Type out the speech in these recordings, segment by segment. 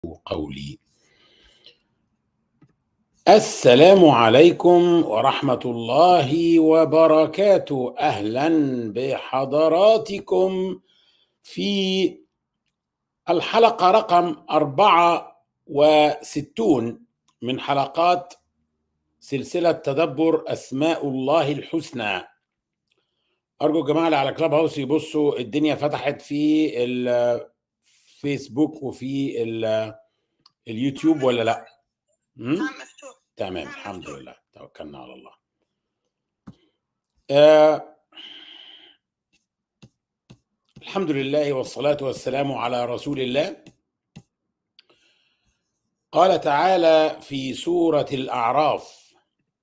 قولي. السلام عليكم ورحمة الله وبركاته. أهلا بحضراتكم في الحلقة رقم 64 من حلقات سلسلة تدبر أسماء الله الحسنى. أرجو الجماعة اللي على كلاب هاوس يبصوا، الدنيا فتحت في الفيسبوك وفي اليوتيوب ولا لا؟ مفتوح. تمام، الحمد لله، توكلنا على الله. الحمد لله والصلاة والسلام على رسول الله. قال تعالى في سورة الأعراف: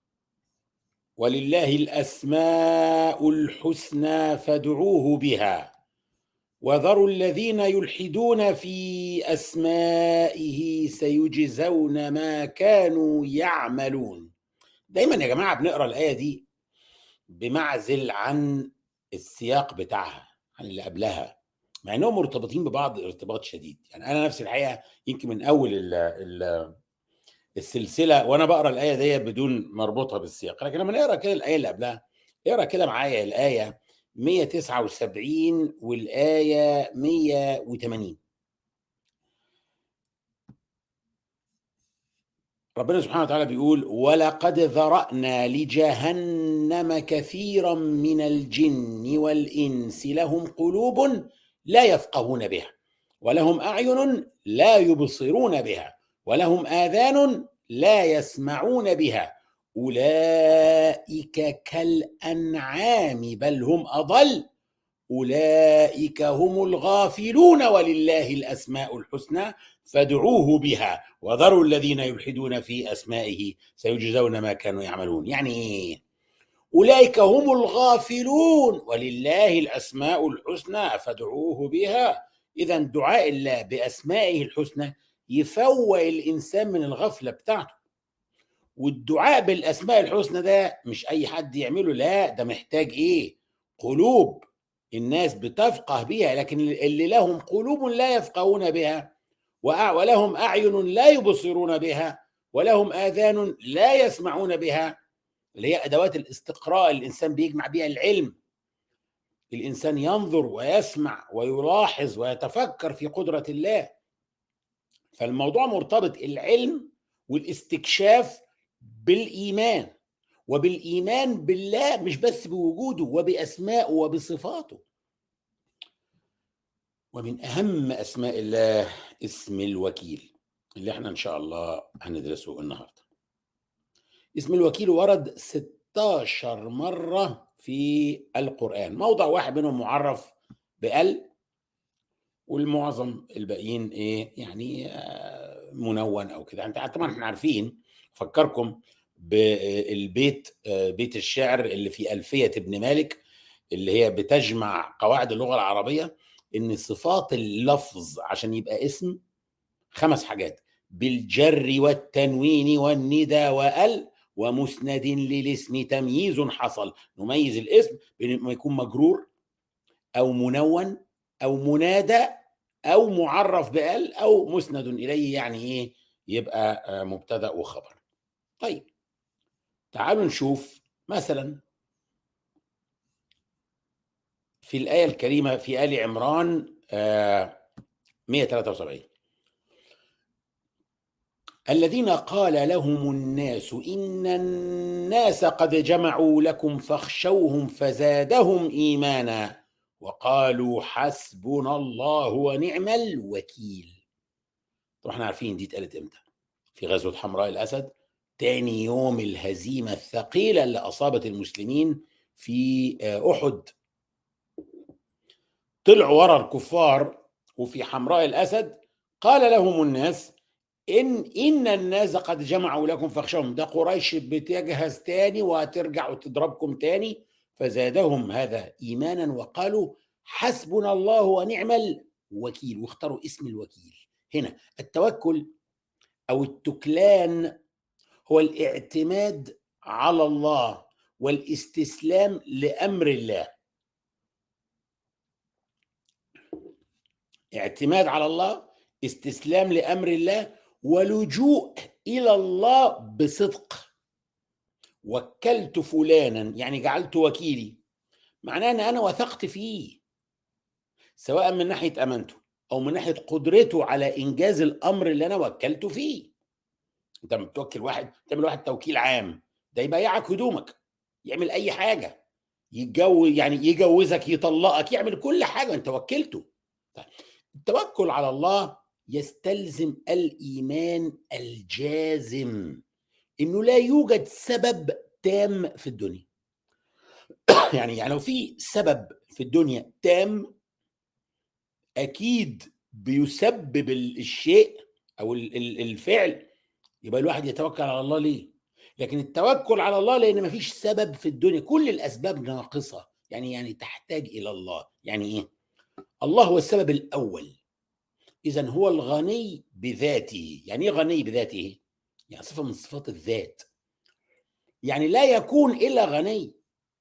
ولله الأسماء الحسنى فادعوه بها وذروا الذين يلحدون في أسمائه سيجزون ما كانوا يعملون. دايما يا جماعة بنقرأ الآية دي بمعزل عن السياق بتاعها، عن اللي قبلها، مع انهم مرتبطين ببعض ارتباط شديد. يعني انا نفسي الحقيقه يمكن من اول السلسله وانا بقرا الايه دي بدون مربوطها بالسياق، لكن لما نقرا كده الايه اللي قبلها، اقرا كده معايا الايه 179 والايه 180. ربنا سبحانه وتعالى بيقول: ولقد ذرأنا لجهنم كثيرا من الجن والإنس لهم قلوب لا يفقهون بها ولهم أعين لا يبصرون بها ولهم آذان لا يسمعون بها أولئك كالأنعام بل هم أضل أولئك هم الغافلون ولله الأسماء الحسنى فادعوه بها وذروا الذين يلحدون في أسمائه سيجزون ما كانوا يعملون. يعني إيه؟ أولئك هم الغافلون ولله الأسماء الحسنى فادعوه بها. إذا دعاء الله بأسمائه الحسنى يفوق الإنسان من الغفلة بتاعته. والدعاء بالأسماء الحسنى ده مش أي حد يعمله، لا، ده محتاج إيه؟ قلوب الناس بتفقه بها، لكن اللي لهم قلوب لا يفقهون بها ولهم أعين لا يبصرون بها ولهم آذان لا يسمعون بها، اللي هي أدوات الاستقراء اللي الإنسان بيجمع بها العلم. الإنسان ينظر ويسمع ويلاحظ ويتفكر في قدرة الله. فالموضوع مرتبط العلم والاستكشاف بالإيمان، وبالإيمان بالله مش بس بوجوده وبأسمائه وبصفاته. ومن أهم أسماء الله اسم الوكيل اللي احنا إن شاء الله هندرسه النهاردة. اسم الوكيل ورد 16 مرة في القرآن، موضع واحد منهم معرف بال، والمعظم الباقيين ايه يعني منون او كده. طبعا احنا عارفين، فكركم بالبيت، بيت الشعر اللي في ألفية ابن مالك، اللي هي بتجمع قواعد اللغة العربية، ان صفات اللفظ عشان يبقى اسم 5 حاجات: بالجر والتنوين والندى وال ومسند للاسم تمييز حصل. نميز الاسم بما يكون مجرور او منون او منادى او معرف بال او مسند اليه، يعني ايه؟ يبقى مبتدا وخبر. طيب تعالوا نشوف مثلا في الايه الكريمه في ال عمران 173: الذين قال لهم الناس إن الناس قد جمعوا لكم فاخشوهم فزادهم إيمانا وقالوا حسبنا الله ونعم الوكيل. طبعا احنا عارفين دي اتقالت امتى؟ في غزوة حمراء الأسد، تاني يوم الهزيمة الثقيلة اللي أصابت المسلمين في أحد. طلعوا ورا الكفار، وفي حمراء الأسد قال لهم الناس إن الناس قد جمعوا لكم فاخشوهم. ده قريش بتجهز تاني وهترجع وتضربكم تاني. فزادهم هذا إيمانا وقالوا حسبنا الله ونعم الوكيل، واختاروا اسم الوكيل. هنا التوكل أو التكلان هو الاعتماد على الله والاستسلام لأمر الله. اعتماد على الله استسلام لأمر الله ولجوء إلى الله بصدق. وكلت فلانا يعني جعلت وكيلي، معناه أن أنا وثقت فيه، سواء من ناحية أمانته أو من ناحية قدرته على إنجاز الأمر اللي أنا وكلته فيه. أنت لما بتوكل واحد، تعمل واحد توكيل عام، ده يبيعك هدومك، يعمل أي حاجة، يعني يجوزك، يطلقك، يعمل كل حاجة أنت وكلته. التوكل على الله يستلزم الإيمان الجازم إنه لا يوجد سبب تام في الدنيا. يعني لو في سبب في الدنيا تام أكيد بيسبب الشيء أو الفعل، يبقى الواحد يتوكل على الله ليه؟ لكن التوكل على الله لأن مفيش سبب في الدنيا، كل الأسباب ناقصة، يعني تحتاج إلى الله. يعني إيه؟ الله هو السبب الأول، إذن هو الغني بذاته. يعني إيه غني بذاته؟ يعني صفة من صفات الذات، يعني لا يكون إلا غني.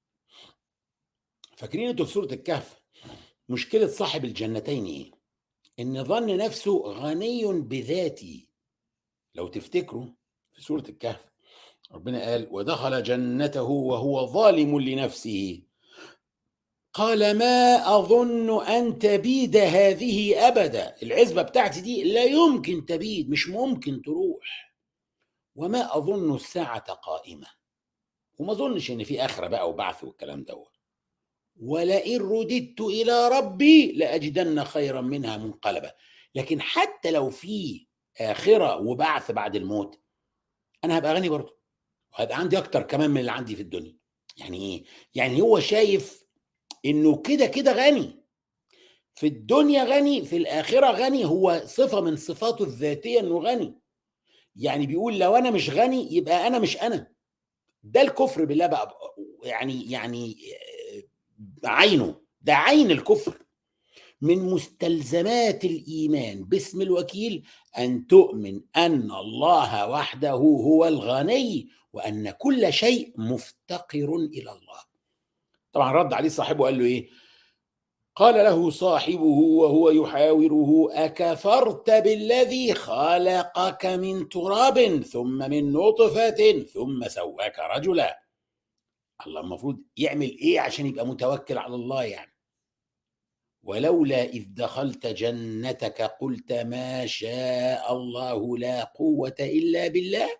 فاكرين انتوا في سورة الكهف مشكلة صاحب الجنتين إيه؟ إن ظن نفسه غني بذاته. لو تفتكروا في سورة الكهف ربنا قال ودخل جنته وهو ظالم لنفسه قال ما أظن أن تبيد هذه أبدا. العزبة بتاعتي دي لا يمكن تبيد، مش ممكن تروح. وما أظن الساعة قائمة، وما أظنش إن في آخرة بقى وبعث والكلام دوت. ولئن رددت إلى ربي لأجدن خيرا منها منقلبا. لكن حتى لو في آخرة وبعث بعد الموت أنا هبقى غني برضه، وهيبقى عندي أكتر كمان من اللي عندي في الدنيا. يعني إيه؟ يعني هو شايف إنه كده كده غني في الدنيا، غني في الآخرة غني، هو صفة من صفاته الذاتية إنه غني. يعني بيقول لو أنا مش غني يبقى أنا مش أنا. ده الكفر بالله بقى، يعني عينه، ده عين الكفر. من مستلزمات الإيمان باسم الوكيل أن تؤمن أن الله وحده هو الغني وأن كل شيء مفتقر إلى الله. طبعا رد عليه صاحبه قال له إيه؟ قال له صاحبه وهو يحاوره أكفرت بالذي خلقك من تراب ثم من نطفة ثم سواك رجلا. الله المفروض يعمل إيه عشان يبقى متوكل على الله؟ يعني ولولا إذ دخلت جنتك قلت ما شاء الله لا قوة إلا بالله.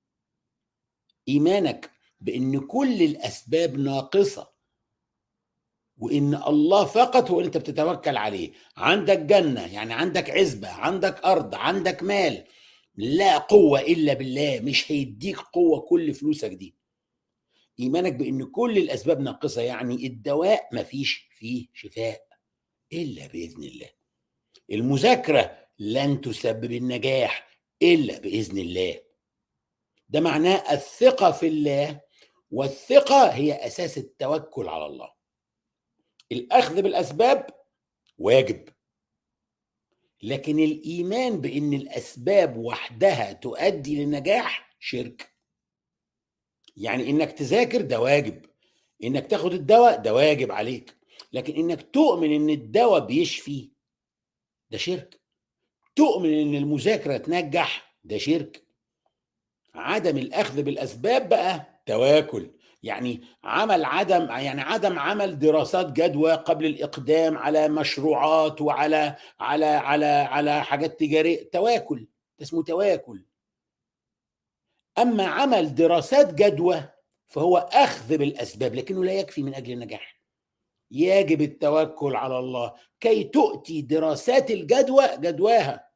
إيمانك بأن كل الأسباب ناقصة وإن الله فقط هو اللي أنت بتتوكل عليه. عندك جنة يعني عندك عزبة، عندك أرض، عندك مال، لا قوة إلا بالله، مش هيديك قوة كل فلوسك دي. إيمانك بأن كل الأسباب ناقصة، يعني الدواء مفيش فيه شفاء إلا بإذن الله. المذاكرة لن تسبب النجاح إلا بإذن الله. ده معناه الثقة في الله، والثقة هي أساس التوكل على الله. الأخذ بالأسباب واجب، لكن الإيمان بأن الأسباب وحدها تؤدي للنجاح شرك. يعني إنك تذاكر ده واجب، إنك تاخد الدواء ده واجب عليك، لكن إنك تؤمن إن الدواء بيشفي ده شرك. تؤمن إن المذاكرة تنجح ده شرك. عدم الأخذ بالأسباب بقى تواكل. يعني عدم عمل دراسات جدوى قبل الإقدام على مشروعات وعلى على حاجات تجارية، تواكل، ده اسمه تواكل. أما عمل دراسات جدوى فهو أخذ بالأسباب لكنه لا يكفي من أجل النجاح. يجب التوكل على الله كي تؤتي دراسات الجدوى جدواها.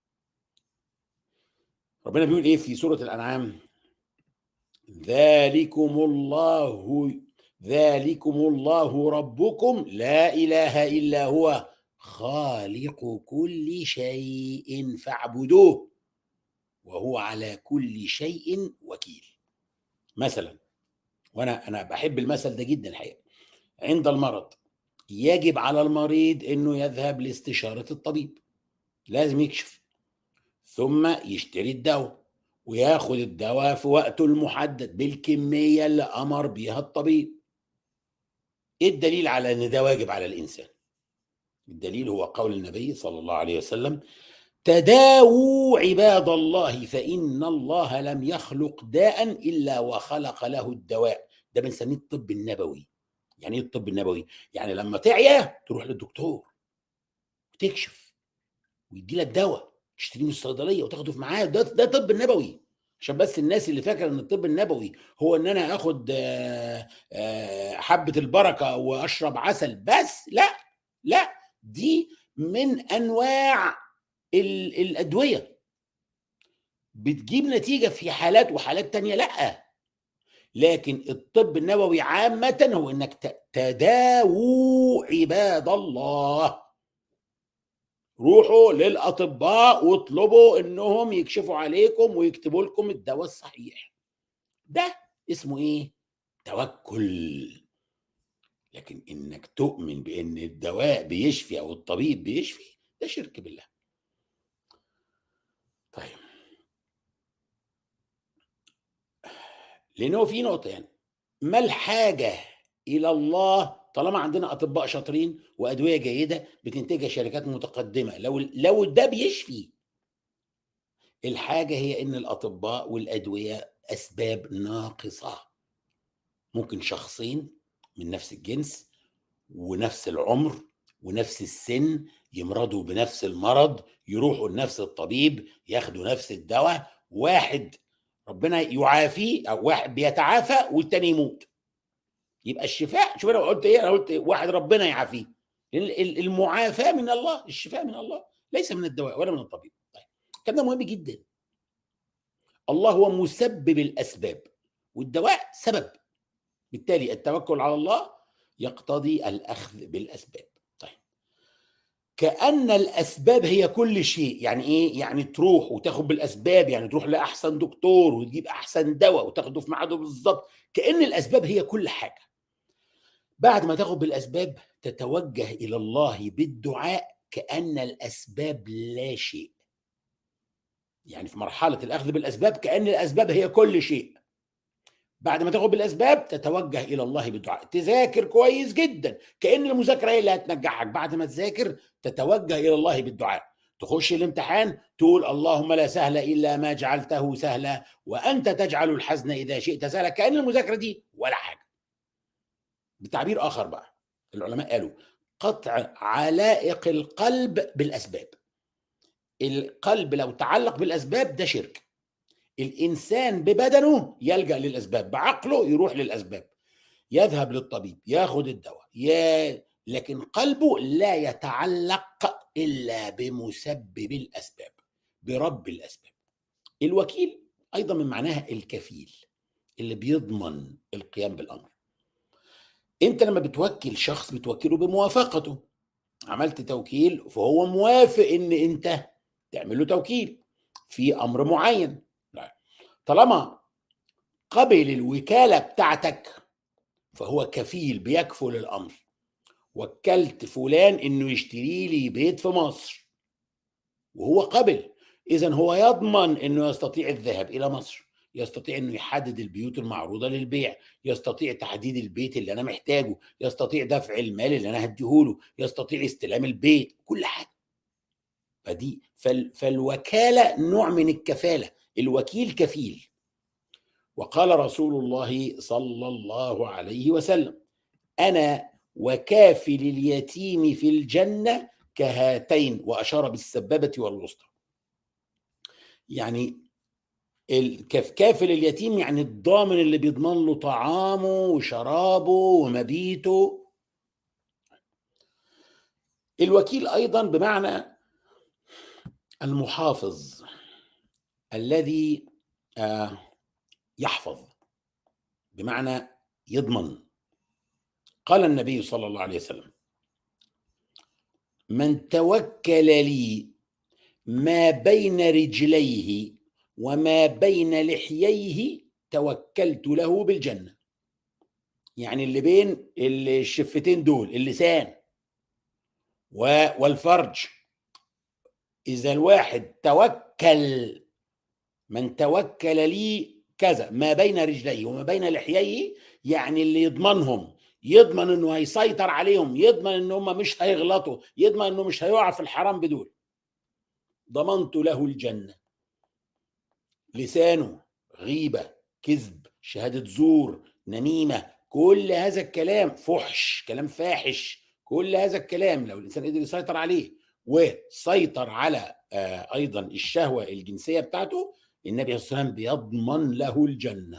ربنا بيقول إيه في سورة الأنعام؟ ذلكم الله ربكم لا إله إلا هو خالق كل شيء فاعبدوه وهو على كل شيء وكيل. مثلا، وانا بحب المثل ده جدا الحقيقه، عند المرض يجب على المريض انه يذهب لاستشاره الطبيب، لازم يكشف ثم يشتري الدواء وياخد الدواء في وقته المحدد بالكميه اللي امر بيها الطبيب. ايه الدليل على ان ده واجب على الانسان؟ الدليل هو قول النبي صلى الله عليه وسلم تداووا عباد الله فإن الله لم يخلق داء إلا وخلق له الدواء. ده بنسميه الطب النبوي. يعني ايه الطب النبوي؟ يعني لما تعيا تروح للدكتور وتكشف ويدي لك دواء تشتريه من الصيدليه وتاخده في معاه. ده طب النبوي. عشان بس الناس اللي فاكره ان الطب النبوي هو ان انا اخد حبه البركه واشرب عسل بس. لا لا، دي من انواع الادويه بتجيب نتيجه في حالات، وحالات تانية لا. لكن الطب النبوي عامه هو انك تداووا عباد الله. روحوا للاطباء واطلبوا انهم يكشفوا عليكم ويكتبوا لكم الدواء الصحيح. ده اسمه ايه؟ توكل. لكن انك تؤمن بان الدواء بيشفي او الطبيب بيشفي، ده شرك بالله. طيب، لانه في نقطه يعني ما الحاجه الى الله طالما عندنا اطباء شاطرين وادويه جيده بتنتجها شركات متقدمه؟ لو ده بيشفي. الحاجه هي ان الاطباء والادويه اسباب ناقصه. ممكن شخصين من نفس الجنس ونفس العمر ونفس السن يمرضوا بنفس المرض، يروحوا لنفس الطبيب ياخدوا نفس الدواء، واحد ربنا يعافيه او واحد بيتعافى والتاني يموت. يبقى الشفاء، شوف انا قلت ايه؟ انا قلت واحد ربنا يعافيه. المعافاه من الله، الشفاء من الله ليس من الدواء ولا من الطبيب. طيب، الكلام ده مهم جدا. الله هو مسبب الاسباب والدواء سبب، بالتالي التوكل على الله يقتضي الأخذ بالأسباب. طيب، كأن الأسباب هي كل شيء. يعني إيه؟ يعني تروح وتاخد بالأسباب، يعني تروح لأحسن دكتور وتجيب أحسن دواء وتاخده في ميعاده بالظبط. كأن الأسباب هي كل حاجة. بعد ما تاخد بالأسباب تتوجه إلى الله بالدعاء كأن الأسباب لا شيء. يعني في مرحلة الأخذ بالأسباب كأن الأسباب هي كل شيء. بعد ما تاخد بالاسباب تتوجه الى الله بالدعاء. تذاكر كويس جدا كأن المذاكره هي اللي هتنجحك. بعد ما تذاكر تتوجه الى الله بالدعاء. تخش الامتحان تقول اللهم لا سهل الا ما جعلته سهلا وانت تجعل الحزن اذا شئت سهلا. كأن المذاكره دي ولا حاجه. بتعبير اخر بقى، العلماء قالوا قطع علائق القلب بالاسباب. القلب لو تعلق بالاسباب ده شرك. الانسان ببدنه يلجأ للاسباب، بعقله يروح للاسباب، يذهب للطبيب ياخد الدواء لكن قلبه لا يتعلق الا بمسبب الاسباب، برب الاسباب. الوكيل ايضا من معناها الكفيل، اللي بيضمن القيام بالامر. انت لما بتوكل شخص بتوكله بموافقته. عملت توكيل فهو موافق ان انت تعمل له توكيل في امر معين. طالما قبل الوكاله بتاعتك فهو كفيل، بيكفل الامر. وكلت فلان انه يشتري لي بيت في مصر وهو قبل، اذا هو يضمن انه يستطيع الذهاب الى مصر، يستطيع انه يحدد البيوت المعروضه للبيع، يستطيع تحديد البيت اللي انا محتاجه، يستطيع دفع المال اللي انا هديهوله، يستطيع استلام البيت، كل حاجه. فالوكاله نوع من الكفاله. الوكيل كفيل. وقال رسول الله صلى الله عليه وسلم أنا وكافل اليتيم في الجنة كهاتين، وأشار بالسبابة والوسطى. يعني كافل اليتيم يعني الضامن اللي بيضمن له طعامه وشرابه ومبيته. الوكيل أيضا بمعنى المحافظ الذي يحفظ، بمعنى يضمن. قال النبي صلى الله عليه وسلم من توكل لي ما بين رجليه وما بين لحييه توكلت له بالجنة. يعني اللي بين الشفتين دول، اللسان والفرج، إذا الواحد توكل، من توكل لي كذا ما بين رجليه وما بين لحييه، يعني اللي يضمنهم، يضمن انه هيسيطر عليهم، يضمن ان هم مش هيغلطوا، يضمن انه مش هيقع في الحرام بدول. ضمنت له الجنة. لسانه غيبة، كذب، شهادة زور، نميمة، كل هذا الكلام، فحش، كلام فاحش، كل هذا الكلام لو الإنسان قدر يسيطر عليه وسيطر على أيضا الشهوة الجنسية بتاعته، النبي صلى الله عليه وسلم بيضمن له الجنة.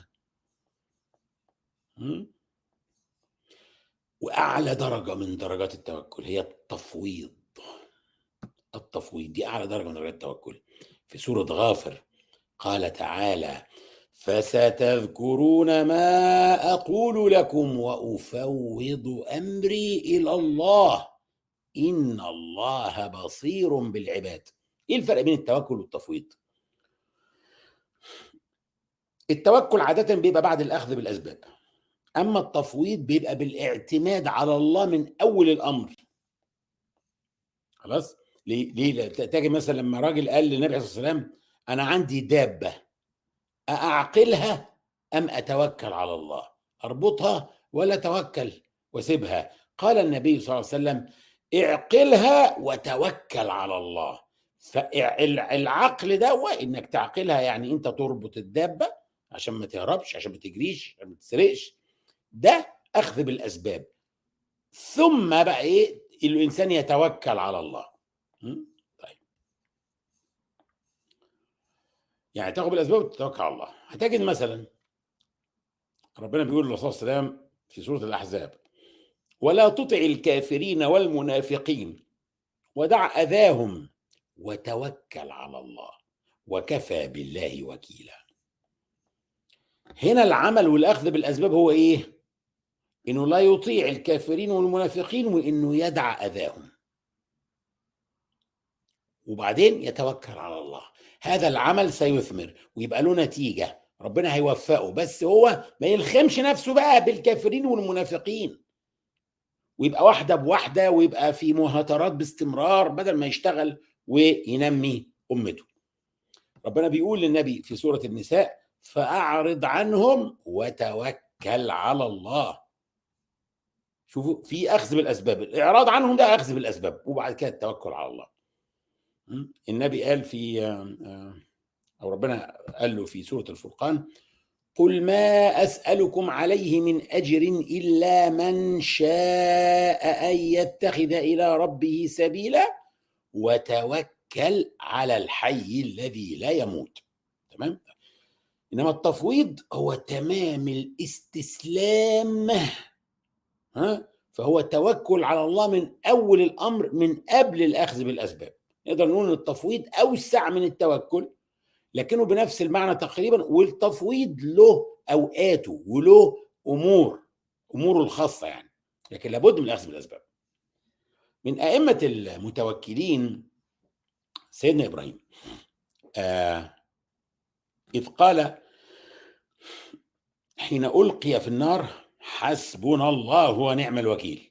وأعلى درجة من درجات التوكل هي التفويض. التفويض دي أعلى درجة من درجات التوكل. في سورة غافر قال تعالى: فستذكرون ما أقول لكم وأفوض أمري إلى الله إن الله بصير بالعباد. إيه الفرق بين التوكل والتفويض؟ التوكل عادة بيبقى بعد الأخذ بالأسباب، أما التفويض بيبقى بالاعتماد على الله من أول الأمر. خلاص؟ ليه تجي مثلا لما راجل قال للنبي صلى الله عليه وسلم: أنا عندي دابة أعقلها أم أتوكل على الله؟ أربطها ولا أتوكل واسيبها؟ قال النبي صلى الله عليه وسلم: اعقلها وتوكل على الله. فالعقل ده هو إنك تعقلها، يعني أنت تربط الدابة عشان ما تهربش، عشان ما تجريش، عشان ما تسرقش. ده أخذ بالأسباب. ثم بقى إيه؟ الإنسان يتوكل على الله. طيب، يعني تاخد بالأسباب وتتوكل على الله. هتجد مثلا ربنا بيقول للرسول صلى الله عليه وسلم في سورة الأحزاب: ولا تطع الكافرين والمنافقين ودع أذاهم وتوكل على الله وكفى بالله وكيلا. هنا العمل والأخذ بالأسباب هو إيه؟ إنه لا يطيع الكافرين والمنافقين وإنه يدع أذاهم، وبعدين يتوكل على الله. هذا العمل سيثمر ويبقى له نتيجة، ربنا هيوفقه، بس هو ما يلخمش نفسه بقى بالكافرين والمنافقين ويبقى واحدة بواحدة ويبقى في مهاترات باستمرار بدل ما يشتغل وينمي أمته. ربنا بيقول للنبي في سورة النساء: فأعرض عنهم وتوكل على الله. شوفوا، في أخذ بالأسباب، الإعراض عنهم ده أخذ بالأسباب، وبعد كده التوكل على الله. النبي قال في أو ربنا قال له في سورة الفرقان: قل ما أسألكم عليه من أجر إلا من شاء أن يتخذ إلى ربه سبيلا وتوكل على الحي الذي لا يموت. تمام؟ إنما التفويض هو تمام الاستسلام، فهو التوكل على الله من أول الأمر، من قبل الأخذ بالأسباب. نقدر نقول أن التفويض أوسع من التوكل، لكنه بنفس المعنى تقريبا. والتفويض له اوقاته وله اموره الخاصه يعني، لكن لابد من الاخذ بالاسباب. من ائمه المتوكلين سيدنا ابراهيم، اذ قال حين القي في النار: حسبنا الله ونعم الوكيل.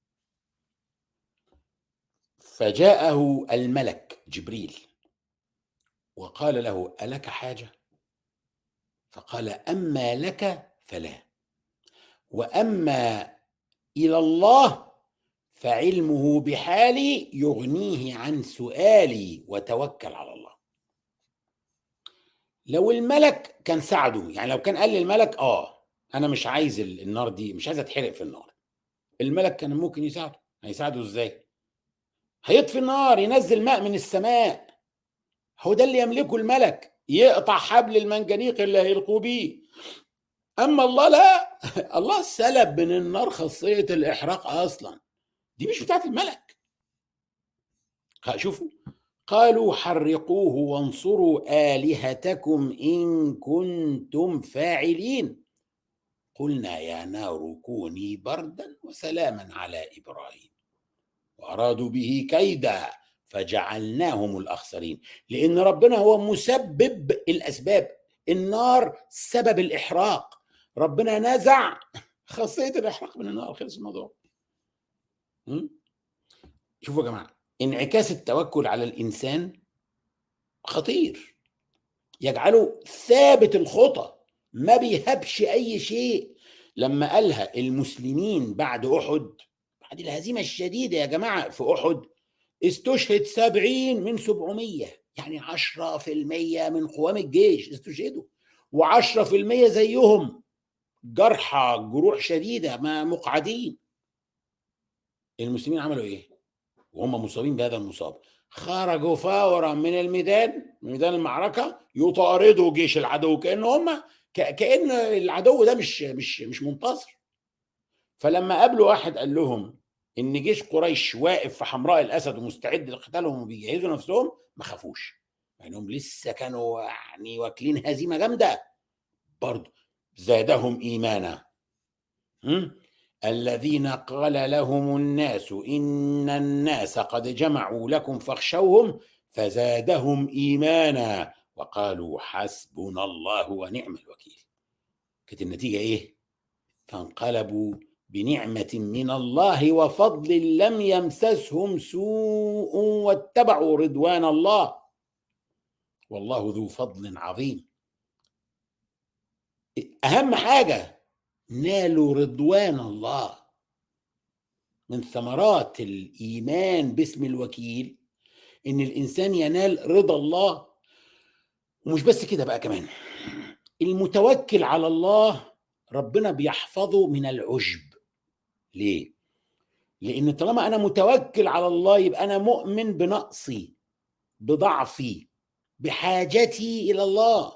فجاءه الملك جبريل وقال له: ألك حاجة؟ فقال: أما لك فلا، وأما إلى الله فعلمه بحالي يغنيه عن سؤالي وتوكل على الله. لو الملك كان ساعده، يعني لو كان قال للملك: أنا مش عايز النار دي، مش عايز أتحرق في النار، الملك كان ممكن يساعده. هيساعده إزاي؟ هيطفي النار، ينزل ماء من السماء، هو ده اللي يملكه الملك، يقطع حبل المنجنيق اللي هيلقوا بيه. أما الله لا، الله سلب من النار خاصية الإحراق أصلا، دي مش بتاعت الملك. شوفوا، قالوا: حرقوه وانصروا آلهتكم إن كنتم فاعلين. قلنا يا نار كوني بردا وسلاما على إبراهيم وأرادوا به كيدا فجعلناهم الأخسرين. لأن ربنا هو مسبب الأسباب، النار سبب الإحراق، ربنا نزع خاصية الإحراق من النار، خلص الموضوع. شوفوا يا جماعة، انعكاس التوكل على الإنسان خطير، يجعله ثابت الخطى، ما بيهبش أي شيء. لما قالها المسلمين بعد أحد، بعد الهزيمة الشديدة يا جماعة في أحد، استشهد 70 من 700. يعني 10% من قوام الجيش استشهدوا، و10% زيهم جرحى جروح شديدة ما مقعدين. المسلمين عملوا ايه وهم مصابين بهذا المصاب؟ خرجوا فورا من الميدان، من ميدان المعركة، يطاردوا جيش العدو كأن هم كأن العدو ده مش منتصر. فلما قابلوا واحد قال لهم ان جيش قريش واقف في حمراء الاسد ومستعد لقتالهم وبيجهزوا نفسهم، ما خافوش، لانهم لسه كانوا يعني واكلين هزيمه جامده. برضه زادهم ايمانا. الذين قال لهم الناس ان الناس قد جمعوا لكم فاخشوهم فزادهم ايمانا وقالوا حسبنا الله ونعم الوكيل. كانت النتيجه ايه؟ فانقلبوا بنعمة من الله وفضل لم يمسسهم سوء واتبعوا رضوان الله والله ذو فضل عظيم. أهم حاجة نالوا رضوان الله. من ثمرات الإيمان باسم الوكيل إن الإنسان ينال رضا الله. ومش بس كده بقى، كمان المتوكل على الله ربنا بيحفظه من العجب. ليه؟ لأن طالما أنا متوكل على الله يبقى أنا مؤمن بنقصي، بضعفي، بحاجتي إلى الله.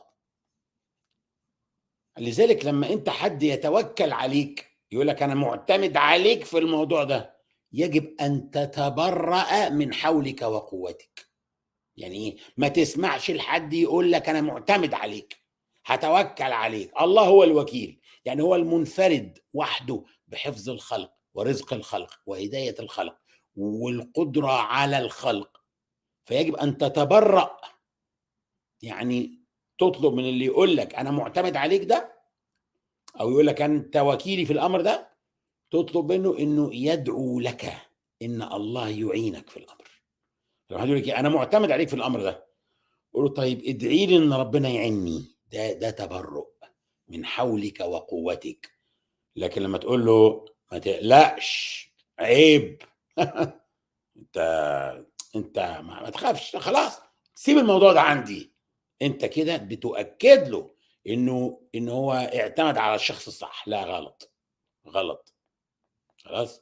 لذلك لما أنت حد يتوكل عليك يقول لك أنا معتمد عليك في الموضوع ده، يجب أن تتبرأ من حولك وقوتك. يعني إيه؟ ما تسمعش لحد يقول لك أنا معتمد عليك، هتوكل عليك. الله هو الوكيل، يعني هو المنفرد وحده بحفظ الخلق ورزق الخلق وهداية الخلق والقدرة على الخلق. فيجب أن تتبرأ، يعني تطلب من اللي يقول لك أنا معتمد عليك ده أو يقول لك أنت وكيلي في الأمر ده، تطلب منه إنه يدعو لك إن الله يعينك في الأمر. لو حد يقول لك أنا معتمد عليك في الأمر ده، قول له طيب ادعي لي إن ربنا يعيني. ده تبرؤ من حولك وقوتك. لكن لما تقول له ما تقلقش عيب انت ما تخافش، خلاص سيب الموضوع ده عندي، انت كده بتؤكد له انه هو اعتمد على الشخص الصح. لا، غلط غلط. خلاص.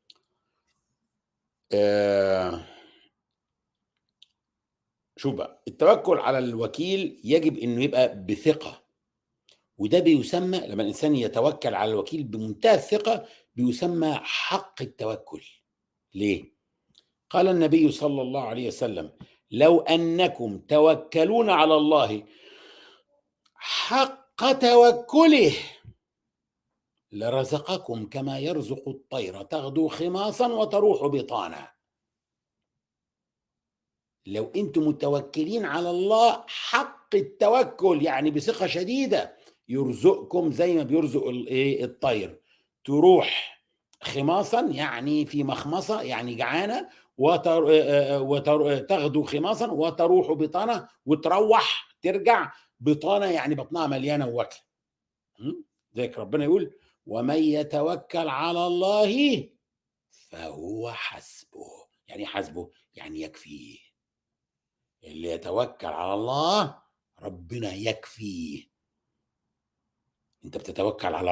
شوف بقى، التوكل على الوكيل يجب انه يبقى بثقة، وده بيسمى لما الانسان يتوكل على الوكيل بمنتهى الثقة بيسمى حق التوكل. ليه؟ قال النبي صلى الله عليه وسلم لو أنكم توكلون على الله حق توكله لرزقكم كما يرزق الطير تغدو خماصا وتروح بطانا. لو انتم متوكلين على الله حق التوكل، يعني بثقة شديدة، يرزقكم زي ما بيرزق الطير، تروح خماصا يعني في مخمصة يعني جعانة، وتغدو خماصا وتروح بطانة، وتروح ترجع بطانة يعني بطنها مليانة وواكلة. ذلك ربنا يقول ومن يتوكل على الله فهو حسبه. يعني حسبه يعني يكفيه. اللي يتوكل على الله ربنا يكفيه. انت بتتوكل على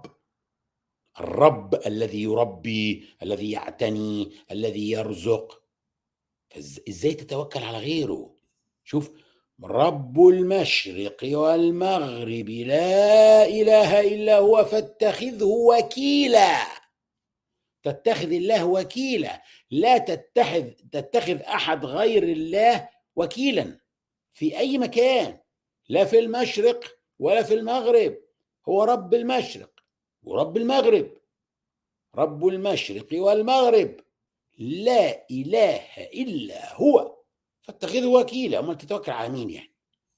الرب الذي يربي، الذي يعتني، الذي يرزق. ازاي تتوكل على غيره؟ شوف، رب المشرق والمغرب لا اله الا هو فاتخذه وكيلا. تتخذ الله وكيلا، لا تتخذ احد غير الله وكيلا في اي مكان، لا في المشرق ولا في المغرب. هو رب المشرق ورب المغرب، رب المشرق والمغرب لا اله الا هو فاتخذه وكيلا. امال تتوكل على مين يعني؟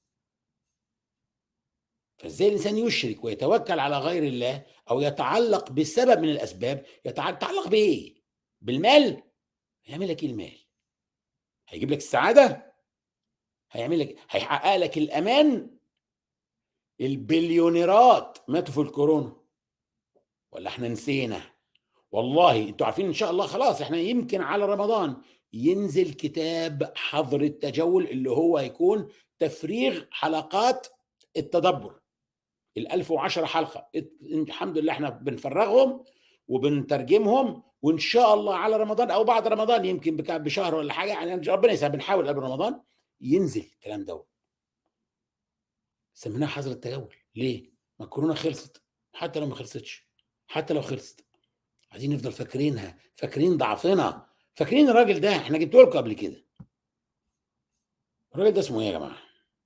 فازاي الانسان يشرك ويتوكل على غير الله او يتعلق بسبب من الاسباب؟ يتعلق بايه؟ بالمال؟ هيعمل لك ايه المال؟ هيجيب لك السعاده؟ هيعمل لك، هيحقق لك الامان؟ البليونيرات ماتوا في الكورونا ولا احنا نسينا؟ والله انتوا عارفين ان شاء الله خلاص احنا يمكن على رمضان ينزل كتاب حظر التجول اللي هو هيكون تفريغ حلقات التدبر، 1010 حلقة. الحمد لله احنا بنفرغهم وبنترجمهم، وان شاء الله على رمضان او بعد رمضان يمكن بشهر ولا حاجة، يعني ربنا يسهل، بنحاول قبل رمضان ينزل الكلام ده. سميناه حظر التجول ليه؟ ما الكورونا خلصت، حتى لو ما خلصتش، حتى لو خلصت عايزين نفضل فاكرينها، فاكرين ضعفنا، فاكرين الراجل ده احنا جبته لكم قبل كده. الراجل ده اسمه ايه يا جماعه؟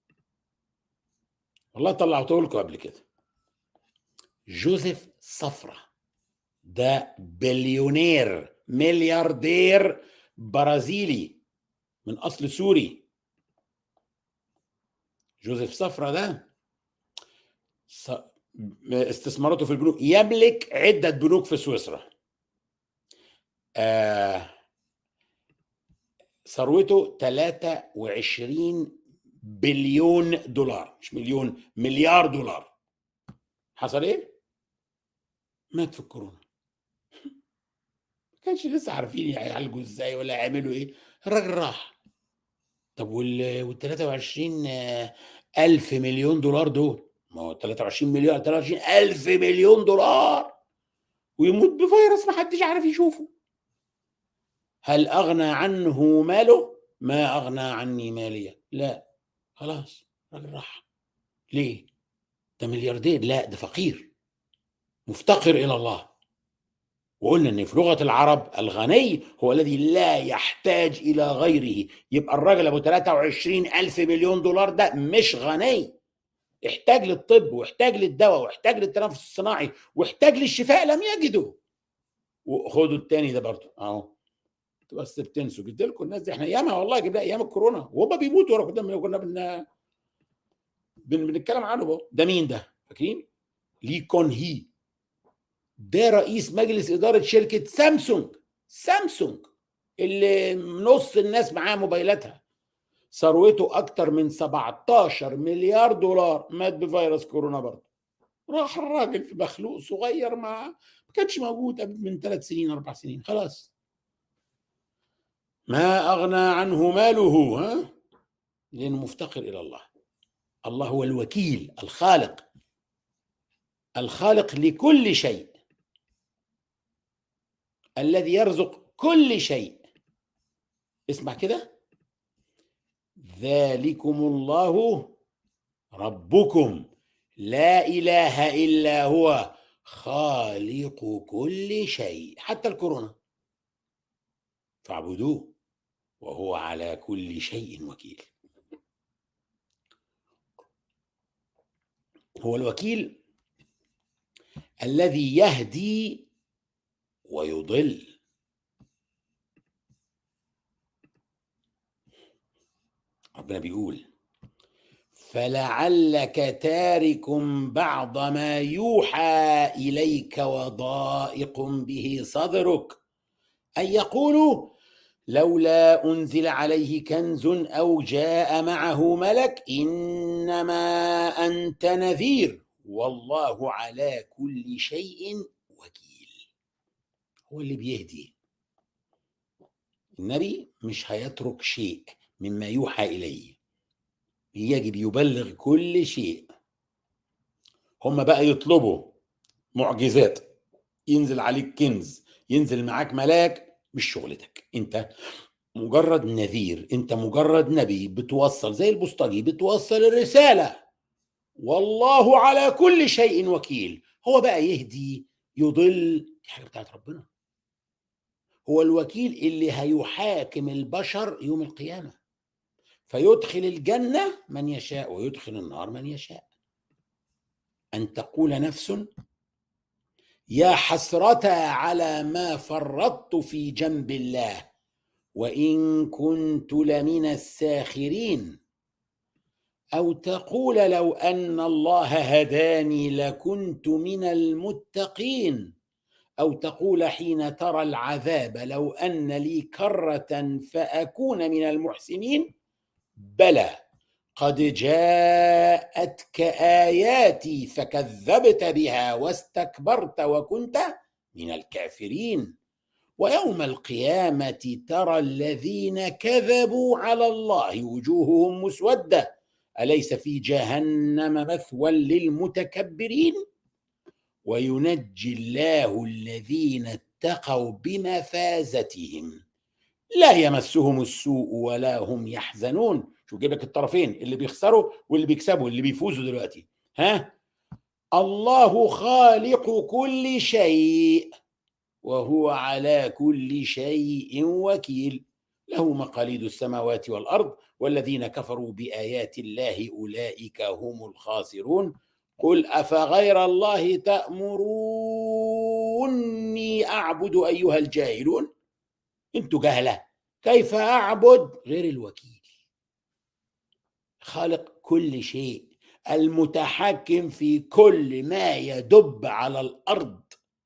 والله طلعته لكم قبل كده. جوزيف صفرة، ده بليونير ملياردير برازيلي من اصل سوري. جوزيف صفرة ده استثماراته في البنوك، يملك عدة بنوك في سويسرا. ثروته 23 بليون دولار، مش مليون، مليار دولار. حصل ايه؟ مات في الكورونا. ما كانش لسه عارفين يعالجوا ازاي ولا يعملوا ايه، الراجل راح. طب وال 23 ألف مليون دولار دول، ما هو 23 مليار، 23 ألف مليون دولار، ويموت بفيروس ما حدش عارف يشوفه. هل أغنى عنه ماله؟ ما أغنى عني مالية، لا، خلاص الراجل راح. ليه؟ ده ملياردير؟ لا، ده فقير مفتقر إلى الله. وقلنا ان في لغه العرب الغني هو الذي لا يحتاج الى غيره. يبقى الراجل ابو 23 الف مليون دولار ده مش غني، احتاج للطب واحتاج للدواء واحتاج للتنفس الصناعي واحتاج للشفاء، لم يجده. وخدوا التاني ده برضه اهو، بس بتنسوا. جبت لكم الناس دي احنا ياما والله، جبنا ايام الكورونا وهم بيموتوا ورا قدام، كنا بنتكلم عنه بقى. ده مين ده؟ فاكرين؟ لي كون هي، ده رئيس مجلس إدارة شركة سامسونج. سامسونج اللي نص الناس معاه موبايلاتها. ثروته أكتر من 17 مليار دولار، مات بفيروس كورونا برضه. راح الراجل في مخلوق صغير ما كانش موجود قبل من 3 سنين 4 سنين، خلاص. ما أغنى عنه ماله، ها؟ لأنه مفتقر إلى الله. الله هو الوكيل الخالق، الخالق لكل شيء، الذي يرزق كل شيء. اسمع كده: ذلكم الله ربكم لا إله إلا هو خالق كل شيء، حتى الكورونا، فاعبدوه وهو على كل شيء وكيل. هو الوكيل الذي يهدي ويضل. ربنا بيقول: فلعلك تارك بعض ما يوحى إليك وضائق به صدرك أن يقولوا لولا أنزل عليه كنز أو جاء معه ملك إنما أنت نذير والله على كل شيء وكيل. هو اللي بيهدي. النبي مش هيترك شيء مما يوحى إليه، يجب يبلغ كل شيء. هم بقى يطلبوا معجزات، ينزل عليك كنز، ينزل معاك ملاك، مش شغلتك. انت مجرد نذير، انت مجرد نبي بتوصل زي البوسطجي، بتوصل الرسالة. والله على كل شيء وكيل. هو بقى يهدي يضل، دي حاجة بتاعت ربنا. هو الوكيل اللي هيحاكم البشر يوم القيامة، فيدخل الجنة من يشاء ويدخل النار من يشاء. أن تقول نفس يا حسرة على ما فرطت في جنب الله وإن كنت لمن الساخرين، أو تقول لو أن الله هداني لكنت من المتقين، أو تقول حين ترى العذاب لو أن لي كرة فأكون من المحسنين. بلى قد جاءتك آياتي فكذبت بها واستكبرت وكنت من الكافرين. ويوم القيامة ترى الذين كذبوا على الله وجوههم مسودة أليس في جهنم مثوى للمتكبرين وينجي الله الذين اتقوا بمفازتهم لا يمسهم السوء ولا هم يحزنون. شو جيب لك الطرفين، اللي بيخسروا واللي بيكسبوا، اللي بيفوزوا دلوقتي. الله خالق كل شيء وهو على كل شيء وكيل له مقاليد السماوات والأرض والذين كفروا بآيات الله أولئك هم الخاسرون قل أفغير الله تأمروني أعبد أيها الجاهلون. انتوا جهلة، كيف أعبد غير الوكيل خالق كل شيء المتحكم في كل ما يدب على الأرض،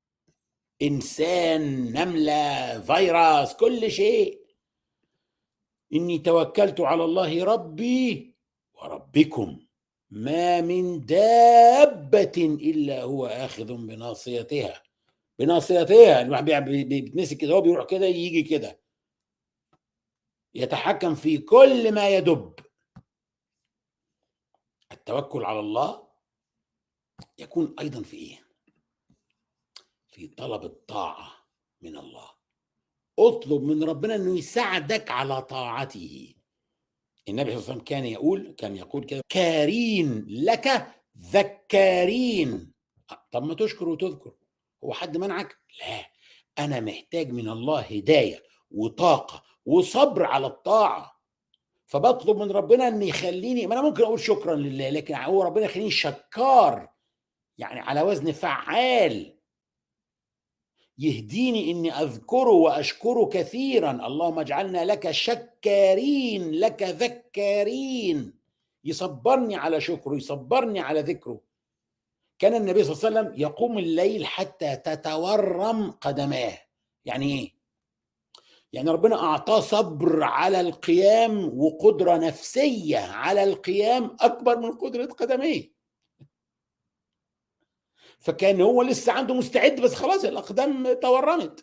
إنسان، نملة، فيروس، كل شيء. إني توكلت على الله ربي وربكم ما من دابة إلا هو آخذ بناصيتها. الواحد بيتمسك كده، هو بيروح كده يجي كده، يتحكم في كل ما يدب. التوكل على الله يكون أيضا في إيه؟ في طلب الطاعة من الله. اطلب من ربنا أنه يساعدك على طاعته. النبي صلى الله عليه وسلم كان يقول كده: كارين لك ذكارين. طب ما تشكر وتذكر، هو حد منعك؟ لا، أنا محتاج من الله هداية وطاقة وصبر على الطاعة، فبطلب من ربنا أن يخليني، ما أنا ممكن أقول شكرا لله، لكن هو ربنا يخليني شكار، يعني على وزن فعال، يهديني إني أذكره وأشكره كثيرا. اللهم اجعلنا لك شكارين لك ذكارين، يصبرني على شكره، يصبرني على ذكره. كان النبي صلى الله عليه وسلم يقوم الليل حتى تتورم قدماه. يعني إيه؟ يعني ربنا أعطاه صبر على القيام وقدرة نفسية على القيام أكبر من قدرة قدميه، فكان هو لسه عنده مستعد، بس خلاص الأقدام تورمت.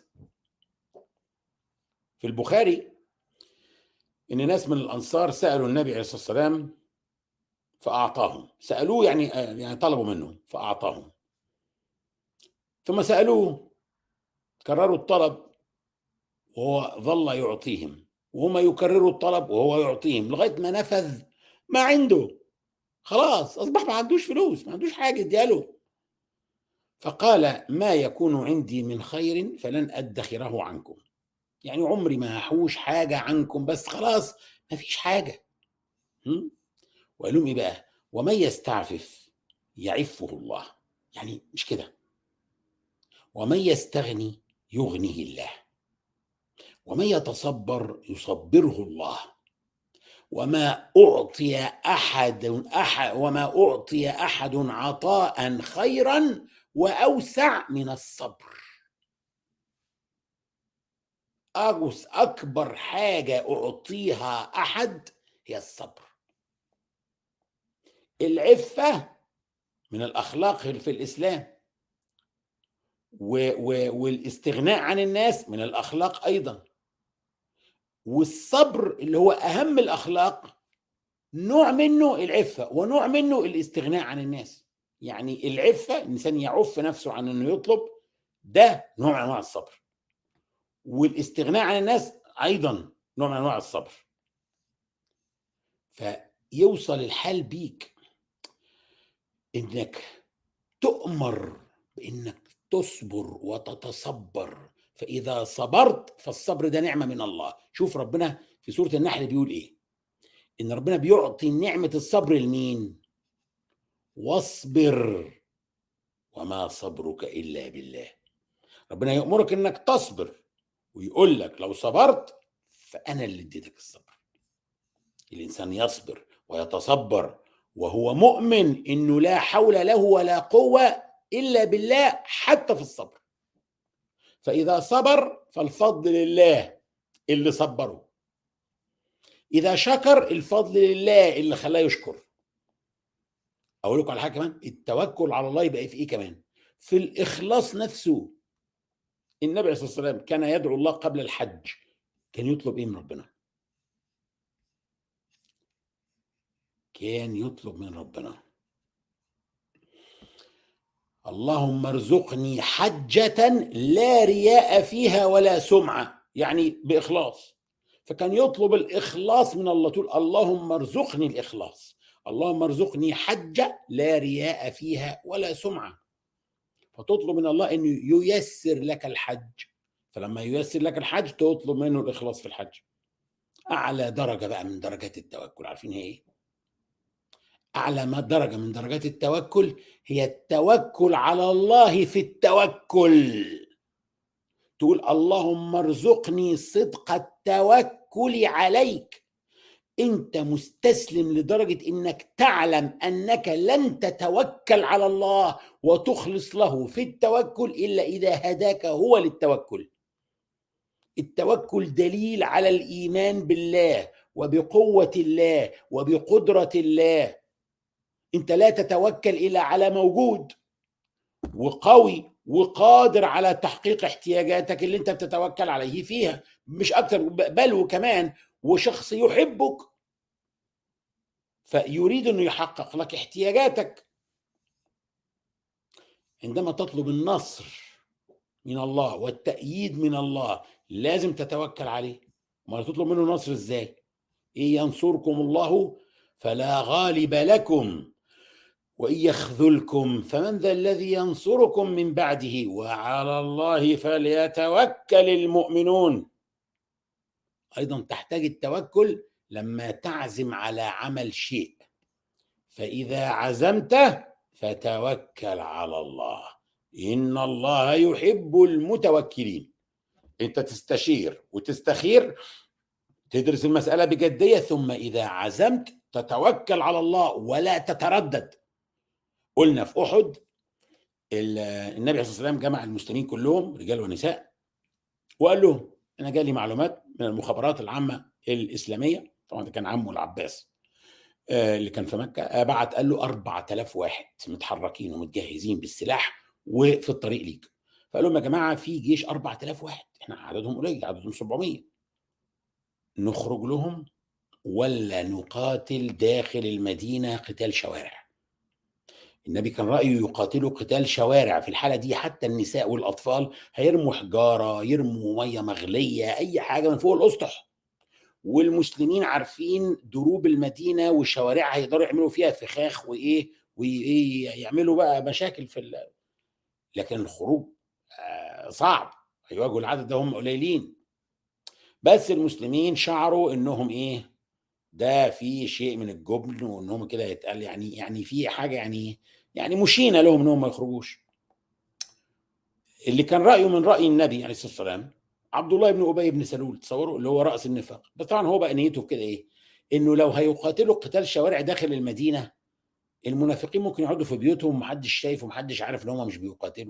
في البخاري إن ناس من الأنصار سألوا النبي عليه الصلاة والسلام فأعطاهم. سألوه يعني طلبوا منه فأعطاهم، ثم سألوه كرروا الطلب وهو ظل يعطيهم، وهم يكرروا الطلب وهو يعطيهم، لغاية ما نفذ ما عنده، خلاص أصبح ما عندوش فلوس، ما عندوش حاجة ادياله. فقال: ما يكون عندي من خير فلن أدخره عنكم، يعني عمري ما هحوش حاجة عنكم، بس خلاص ما فيش حاجة. وقال لهم إيه بقى؟ ومن يستعفف يعفه الله، يعني مش كده، ومن يستغني يغنيه الله، ومن يتصبر يصبره الله، وما أعطي أحد عطاء خيرا وأوسع من الصبر. أكبر حاجة أعطيها أحد هي الصبر. العفة من الأخلاق في الإسلام، والاستغناء عن الناس من الأخلاق أيضا، والصبر اللي هو أهم الأخلاق، نوع منه العفة ونوع منه الاستغناء عن الناس. يعني العفة الإنسان يعف نفسه عن أنه يطلب، ده نوع من أنواع الصبر، والاستغناء عن الناس أيضا نوع من أنواع الصبر. فيوصل الحال بيك إنك تؤمر بإنك تصبر وتتصبر، فإذا صبرت فالصبر ده نعمة من الله. شوف ربنا في سورة النحل بيقول إيه؟ إن ربنا بيعطي نعمة الصبر لمين؟ واصبر وما صبرك إلا بالله. ربنا يأمرك إنك تصبر، ويقول لك لو صبرت فأنا اللي اديتك الصبر. الإنسان يصبر ويتصبر وهو مؤمن إنه لا حول له ولا قوة إلا بالله حتى في الصبر. فإذا صبر فالفضل لله اللي صبره، إذا شكر الفضل لله اللي خلاه يشكر. أقول لكم على حاجة كمان، التوكل على الله يبقى في إيه كمان؟ في الإخلاص نفسه. النبي عليه الصلاة والسلام كان يدعو الله قبل الحج، كان يطلب إيه من ربنا؟ كان يطلب من ربنا: اللهم ارزقني حجة لا رياء فيها ولا سمعة، يعني بإخلاص. فكان يطلب الإخلاص من الله، تقول اللهم ارزقني الإخلاص، اللهم ارزقني حجة لا رياء فيها ولا سمعة. فتطلب من الله أنه ييسر لك الحج، فلما ييسر لك الحج تطلب منه الإخلاص في الحج. أعلى درجة بقى من درجات التوكل عارفين هي إيه؟ أعلى ما درجة من درجات التوكل هي التوكل على الله في التوكل. تقول اللهم ارزقني صدق التوكل عليك. أنت مستسلم لدرجة أنك تعلم أنك لن تتوكل على الله وتخلص له في التوكل إلا إذا هداك هو للتوكل. التوكل دليل على الإيمان بالله وبقوة الله وبقدرة الله. انت لا تتوكل الا على موجود وقوي وقادر على تحقيق احتياجاتك اللي انت بتتوكل عليه فيها، مش اكتر، بل وكمان وشخص يحبك فيريد انه يحقق لك احتياجاتك. عندما تطلب النصر من الله والتأييد من الله لازم تتوكل عليه. ما تطلب منه نصر ازاي؟ إن ينصركم الله فلا غالب لكم وإن يخذلكم فمن ذا الذي ينصركم من بعده وعلى الله فليتوكل المؤمنون. أيضا تحتاج التوكل لما تعزم على عمل شيء، فإذا عزمت فتوكل على الله إن الله يحب المتوكلين. أنت تستشير وتستخير، تدرس المسألة بجدية، ثم إذا عزمت تتوكل على الله ولا تتردد. قلنا في أحد النبي عليه الصلاة والسلام جمع المسلمين كلهم رجال ونساء وقال لهم أنا جالي معلومات من المخابرات العامة الإسلامية، طبعا ده كان عمه العباس اللي كان في مكة، بعت قال له 4000 واحد متحركين ومتجهزين بالسلاح وفي الطريق ليك. فقال لهم يا جماعة في جيش 4000 واحد، احنا عددهم قليل، عددهم 700، نخرج لهم ولا نقاتل داخل المدينة قتال شوارع؟ النبي كان رأيه يقاتلوا قتال شوارع. في الحالة دي حتى النساء والأطفال هيرموا حجارة، يرموا مية مغلية، أي حاجة من فوق الأسطح، والمسلمين عارفين دروب المدينة والشوارع هيقدروا يعملوا فيها فخاخ وإيه يعملوا بقى مشاكل لكن الخروج صعب، هيواجهوا العدد ده هم قليلين. بس المسلمين شعروا إنهم إيه، ده في شيء من الجبن وإنهم كده يتقال يعني في حاجة يعني مشينة لهم إنهم ما يخرجوش. اللي كان رأيه من رأي النبي عليه الصلاة والسلام عبد الله بن أبي بن سلول، تصوروا، اللي هو رأس النفاق. بس طبعا هو بقى نيته كده إيه، إنه لو هيقاتلوا قتال شوارع داخل المدينة المنافقين ممكن يقعدوا في بيوتهم ومحدش شايف ومحدش عارف إن هم مش بيقاتلوا.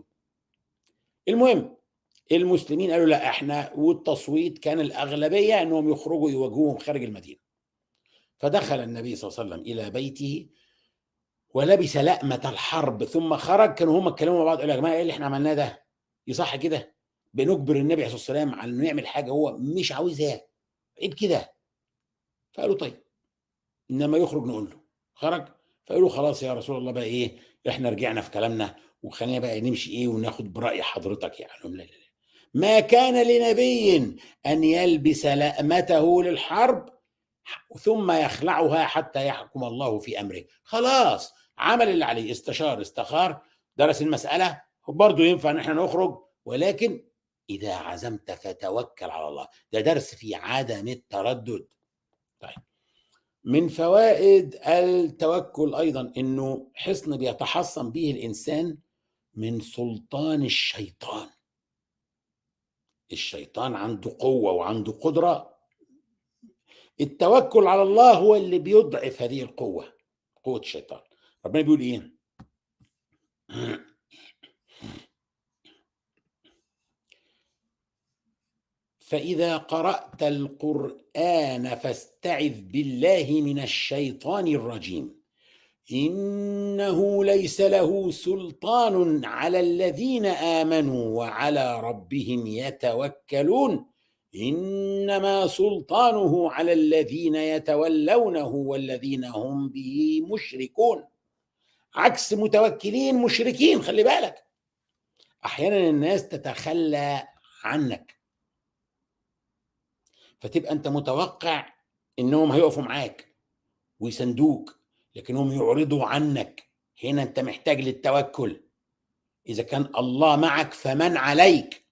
المهم المسلمين قالوا لا احنا، والتصويت كان الأغلبية إنهم يخرجوا يواجهوهم خارج المدينة. فدخل النبي صلى الله عليه وسلم إلى بيته ولبس لأمة الحرب ثم خرج. كانوا هم اتكلموا مع بعض قالوا يا جماعة ايه اللي احنا عملناه ده؟ يصح كده؟ بنجبر النبي عليه الصلاة والسلام على انه يعمل حاجة هو مش عاوزها، عيب كده. فقالوا طيب انما يخرج نقول له. خرج، فقالوا خلاص يا رسول الله بقى ايه، احنا رجعنا في كلامنا وخلينا بقى نمشي ايه وناخد برأي حضرتك. يعني لا لا لا، ما كان لنبي ان يلبس لأمته للحرب ثم يخلعها حتى يحكم الله في امره. خلاص عمل اللي عليه، استشار استخار درس المسألة، برضه ينفع ان احنا نخرج، ولكن اذا عزمت فتوكل على الله. ده درس في عدم التردد. طيب، من فوائد التوكل ايضا انه حصن بيتحصن به الانسان من سلطان الشيطان. الشيطان عنده قوة وعنده قدرة، التوكل على الله هو اللي بيضعف هذه القوة، قوة الشيطان. ربنا بيقول ايه؟ فإذا قرأت القرآن فاستعذ بالله من الشيطان الرجيم إنه ليس له سلطان على الذين آمنوا وعلى ربهم يتوكلون إنما سلطانه على الذين يتولونه والذين هم به مشركون. عكس متوكلين مشركين. خلي بالك، أحيانا الناس تتخلى عنك فتبقى أنت متوقع إنهم هيقفوا معاك ويسندوك، لكنهم يعرضوا عنك. هنا أنت محتاج للتوكل. إذا كان الله معك فمن عليك؟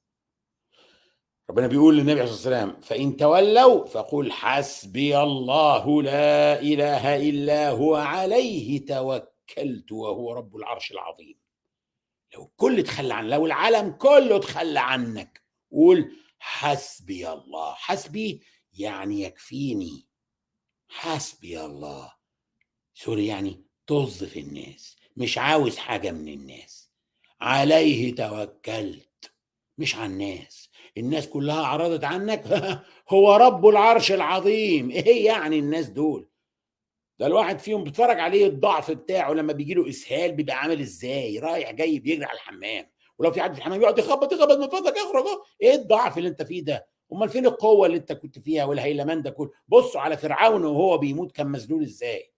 ربنا بيقول للنبي عليه الصلاة والسلام: فإن تولوا فقل حسبي الله لا إله إلا هو عليه توكلت وهو رب العرش العظيم. لو الكل تخلى عنك، لو العالم كله تخلى عنك، قول حسبي الله. حسبي يعني يكفيني. حسبي الله سوري يعني طز في الناس، مش عاوز حاجة من الناس. عليه توكلت، مش على الناس. الناس كلها عرضت عنك هو رب العرش العظيم. ايه يعني الناس دول؟ ده الواحد فيهم بيتفرج عليه الضعف بتاعه لما بيجي له اسهال بيبقى عامل ازاي، رايح جاي بيجري على الحمام، ولو في حد في الحمام يقعد يخبط يخبط من فضلك اخرج. ايه الضعف اللي انت فيه ده؟ امال فين القوه اللي انت كنت فيها والهيلمان ده كله؟ بصوا على فرعون وهو بيموت كان مذلول ازاي.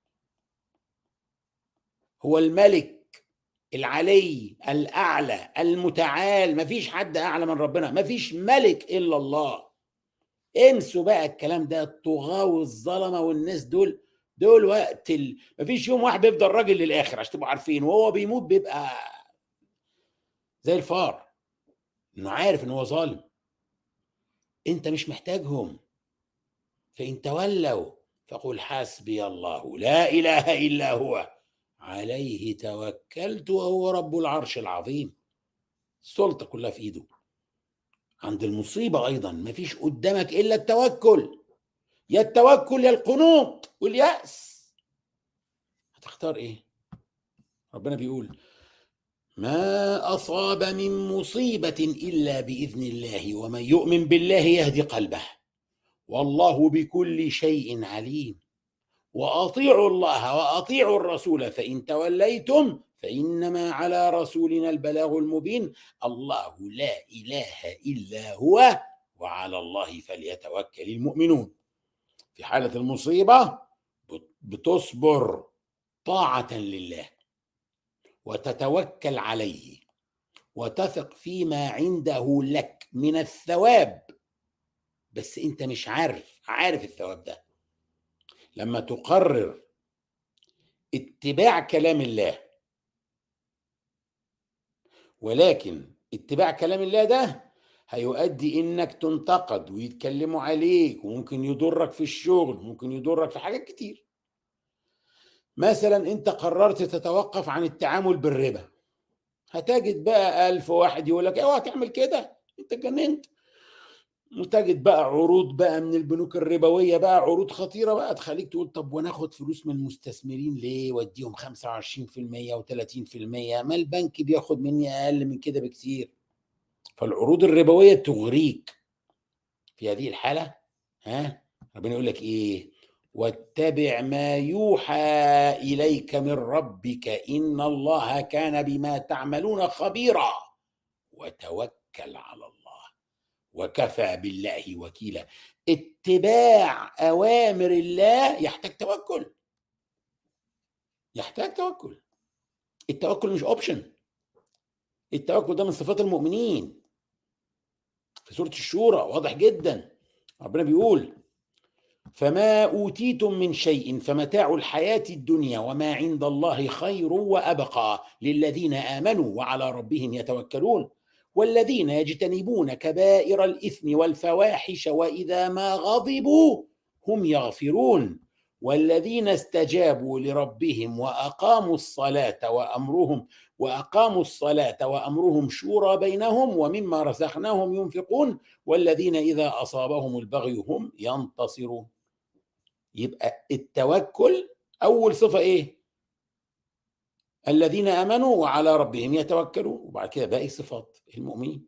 هو الملك العلي الأعلى المتعال، مفيش حد أعلى من ربنا، مفيش ملك إلا الله. انسوا بقى الكلام ده، الطغاة والظلمة والناس دول وقت مفيش يوم واحد بيفضل راجل للآخر عشان تبقوا عارفين، وهو بيموت بيبقى زي الفار، إنه عارف إن هو ظالم. أنت مش محتاجهم. فإن تولوا فقل حسبي الله لا إله إلا هو عليه توكلت وهو رب العرش العظيم. السلطة كلها في ايده. عند المصيبة ايضا مفيش قدامك الا التوكل، يا التوكل يا القنوط واليأس. هتختار ايه؟ ربنا بيقول: ما اصاب من مصيبة الا باذن الله ومن يؤمن بالله يهدي قلبه والله بكل شيء عليم وأطيعوا الله وأطيعوا الرسول فإن توليتم فإنما على رسولنا البلاغ المبين الله لا إله إلا هو وعلى الله فليتوكل المؤمنون. في حالة المصيبة بتصبر طاعة لله وتتوكل عليه وتثق فيما عنده لك من الثواب، بس أنت مش عارف الثواب ده. لما تقرر اتباع كلام الله، ولكن اتباع كلام الله ده هيؤدي انك تنتقد ويتكلموا عليك وممكن يضرك في الشغل، ممكن يضرك في حاجات كتير. مثلا انت قررت تتوقف عن التعامل بالربا، هتجد بقى 1000 واحد يقول لك اوعى تعمل كده انت جننت. وتجد بقى عروض بقى من البنوك الربوية، بقى عروض خطيرة بقى تخليك تقول طب وانا اخد فلوس من المستثمرين ليه واديهم 25% و30%؟ ما البنك بياخد مني اقل من كده بكتير. فالعروض الربوية تغريك. في هذه الحالة ربنا يقول لك ايه؟ واتبع ما يوحى اليك من ربك ان الله كان بما تعملون خبيرا وتوكل على الله وكفى بالله وكيلا. اتباع اوامر الله يحتاج توكل. التوكل مش اوبشن. التوكل ده من صفات المؤمنين. في سورة الشورى واضح جدا، ربنا بيقول: فما أوتيتم من شيء فمتاع الحياة الدنيا وما عند الله خير وأبقى للذين آمنوا وعلى ربهم يتوكلون والذين يجتنبون كبائر الإثم والفواحش وإذا ما غضبوا هم يغفرون والذين استجابوا لربهم وأقاموا الصلاة وأمرهم شورى بينهم ومما رزقناهم ينفقون والذين إذا أصابهم البغي هم ينتصرون. يبقى التوكل أول صفة إيه؟ الذين آمنوا وعلى ربهم يتوكلون، وبعد كده باقي صفات المؤمنين.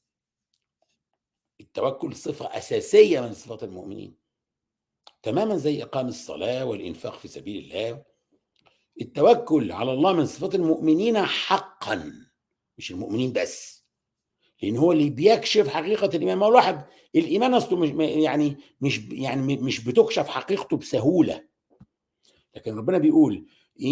التوكل صفة أساسية من صفات المؤمنين، تماما زي إقام الصلاة والإنفاق في سبيل الله التوكل على الله من صفات المؤمنين حقا، مش المؤمنين بس، لان هو اللي بيكشف حقيقه الايمان. ما هو الواحد الايمان اصله مش بتكشف حقيقته بسهوله، لكن ربنا بيقول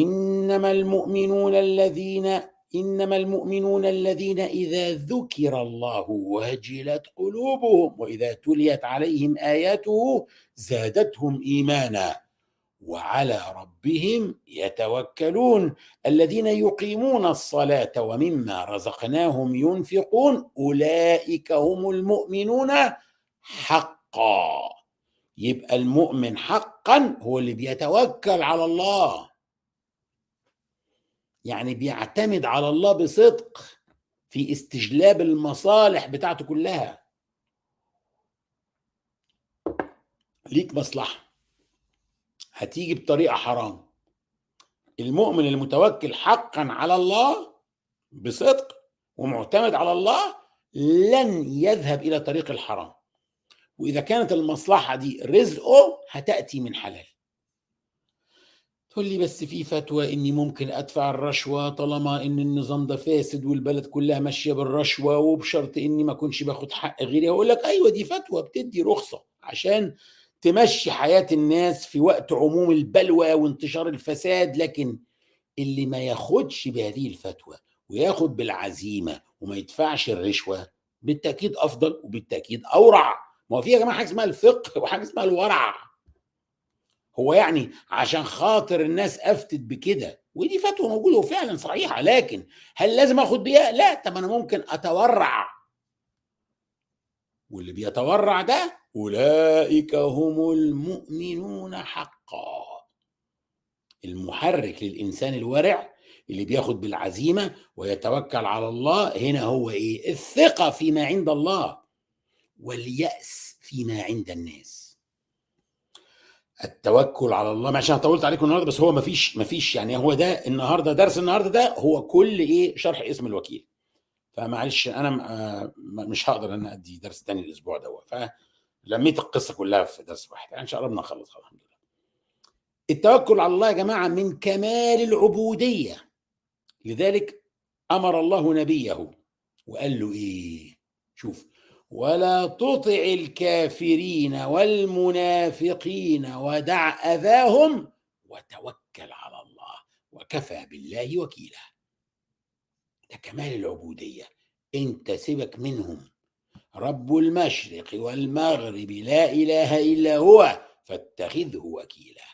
إنما المؤمنون الذين إذا ذكر الله وجلت قلوبهم وإذا تليت عليهم آياته زادتهم إيمانا وعلى ربهم يتوكلون الذين يقيمون الصلاة ومما رزقناهم ينفقون أولئك هم المؤمنون حقا. يبقى المؤمن حقا هو اللي بيتوكل على الله، يعني بيعتمد على الله بصدق في استجلاب المصالح بتاعته كلها. ليك مصلحة هتيجي بطريقة حرام، المؤمن المتوكل حقا على الله بصدق ومعتمد على الله لن يذهب إلى طريق الحرام، وإذا كانت المصلحة دي رزقه هتأتي من حلال. تقول لي بس في فتوى إني ممكن أدفع الرشوة طالما إن النظام ده فاسد والبلد كلها ماشية بالرشوة، وبشرط إني ما أكونش باخد حق غيري. أقول لك أيوة، دي فتوى بتدي رخصة عشان تمشي حياة الناس في وقت عموم البلوى وانتشار الفساد، لكن اللي ما ياخدش بهذه الفتوى وياخد بالعزيمة وما يدفعش الرشوة بالتأكيد أفضل وبالتأكيد أورع. ما هو في يا جماعة حاجة اسمها الفقه وحاجة اسمها الورع. هو يعني عشان خاطر الناس أفتت بكده ودي فتوى موجودة وفعلا صحيحة، لكن هل لازم أخد بيها؟ لا، طب أنا ممكن أتورع، واللي بيتورع ده أولئك هم المؤمنون حقا. المحرك للإنسان الورع اللي بياخد بالعزيمة ويتوكل على الله هنا هو إيه؟ الثقة فيما عند الله واليأس فيما عند الناس. التوكل على الله، عشان طولت عليكم النهارده، بس هو مفيش يعني، هو ده النهارده درس النهارده ده هو كل ايه شرح اسم الوكيل. فمعلش انا مش هقدر ان ادي درس تاني الاسبوع ده، فلميت القصه كلها في درس واحد يعني، ان شاء الله بنخلص الحمد لله. التوكل على الله يا جماعه من كمال العبوديه، لذلك امر الله نبيه وقال له ايه؟ شوف: ولا تطع الكافرين والمنافقين ودع أذاهم وتوكل على الله وكفى بالله وكيلا. ده كمال العبودية. انت سيبك منهم، رب المشرق والمغرب لا إله إلا هو فاتخذه وكيلا.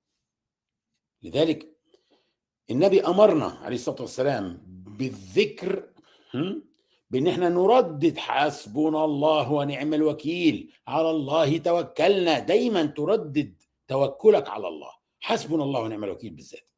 لذلك النبي أمرنا عليه الصلاة والسلام بالذكر، بان احنا نردد حسبنا الله ونعم الوكيل، على الله توكلنا. دايما تردد توكلك على الله، حسبنا الله ونعم الوكيل بالذات.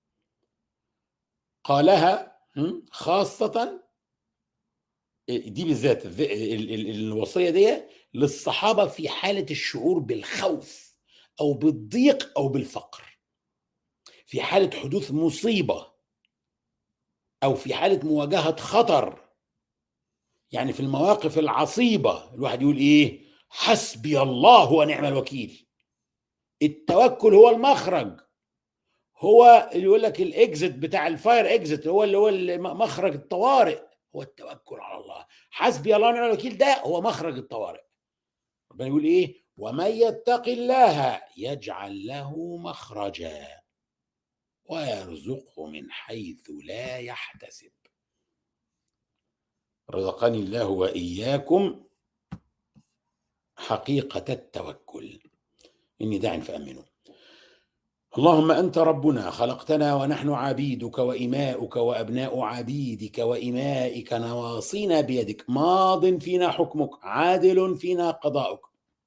قالها خاصة دي بالذات، الوصية دي للصحابة في حالة الشعور بالخوف أو بالضيق أو بالفقر، في حالة حدوث مصيبة أو في حالة مواجهة خطر. يعني في المواقف العصيبة الواحد يقول ايه؟ حسبي الله ونعم الوكيل. التوكل هو المخرج، هو اللي يقول لك الاكزت بتاع الفاير اكزت، هو مخرج الطوارئ، هو التوكل على الله. حسبي الله ونعم الوكيل ده هو مخرج الطوارئ. ربنا يقول ايه؟ ومن يتق الله يجعل له مخرجا ويرزقه من حيث لا يحتسب. رزقني الله وإياكم حقيقة التوكل، إني داع فأمنوا. اللهم أنت ربنا خلقتنا ونحن عبيدك وإماؤك وأبناء عبيدك وإمائك، نواصينا بيدك، ماض فينا حكمك، عادل فينا قضاؤك.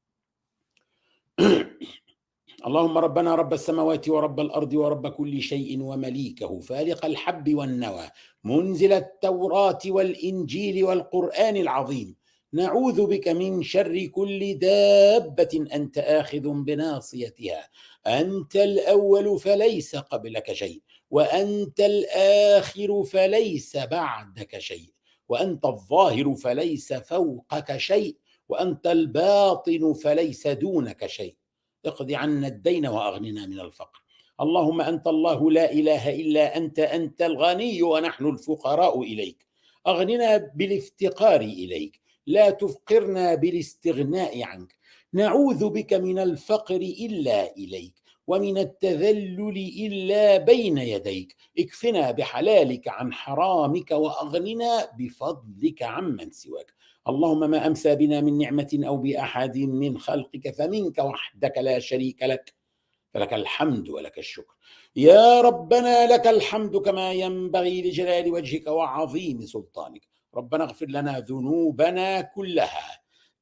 اللهم ربنا رب السماوات ورب الأرض ورب كل شيء ومليكه، فالق الحب والنوى، منزل التوراة والإنجيل والقرآن العظيم، نعوذ بك من شر كل دابة أنت آخذ بناصيتها، أنت الأول فليس قبلك شيء، وأنت الآخر فليس بعدك شيء، وأنت الظاهر فليس فوقك شيء، وأنت الباطن فليس دونك شيء. اقض عنا الدين وأغننا من الفقر، اللهم أنت الله لا إله إلا أنت، أنت الغني ونحن الفقراء إليك، أغننا بالافتقار إليك، لا تفقرنا بالاستغناء عنك. نعوذ بك من الفقر إلا إليك، ومن التذلل إلا بين يديك. اكفنا بحلالك عن حرامك، وأغننا بفضلك عمن سواك. اللهم ما أمسى بنا من نعمة أو بأحد من خلقك فمنك وحدك لا شريك لك، فلك الحمد ولك الشكر. يا ربنا لك الحمد كما ينبغي لجلال وجهك وعظيم سلطانك. ربنا اغفر لنا ذنوبنا كلها،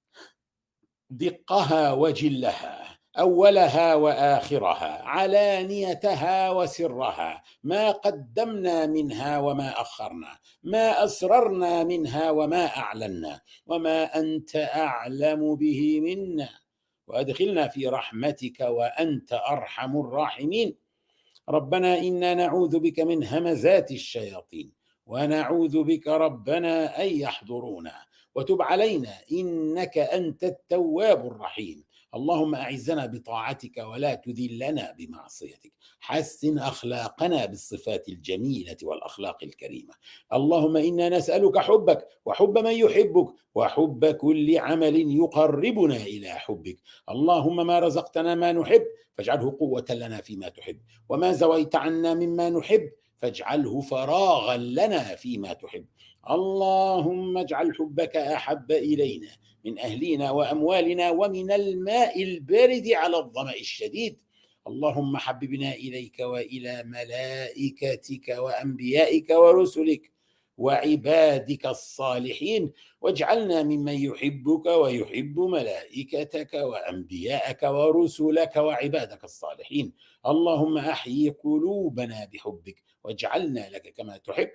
دقها وجلها، أولها وآخرها، علانيتها وسرها، ما قدمنا منها وما أخرنا، ما أسررنا منها وما أعلنا، وما أنت أعلم به منا. وأدخلنا في رحمتك وأنت أرحم الراحمين. ربنا إنا نعوذ بك من همزات الشياطين، ونعوذ بك ربنا أن يحضرونا، وتب علينا إنك أنت التواب الرحيم. اللهم أعزنا بطاعتك ولا تذلنا بمعصيتك. حسن أخلاقنا بالصفات الجميلة والأخلاق الكريمة. اللهم إنا نسألك حبك وحب من يحبك وحب كل عمل يقربنا إلى حبك. اللهم ما رزقتنا ما نحب فاجعله قوة لنا فيما تحب، وما زويت عنا مما نحب فاجعله فراغا لنا فيما تحب. اللهم اجعل حبك أحب إلينا من أهلنا وأموالنا ومن الماء البارد على الظمأ الشديد. اللهم حببنا إليك وإلى ملائكتك وأنبيائك ورسلك وعبادك الصالحين، واجعلنا ممن يحبك ويحب ملائكتك وأنبياءك ورسلك وعبادك الصالحين. اللهم أحيي قلوبنا بحبك واجعلنا لك كما تحب.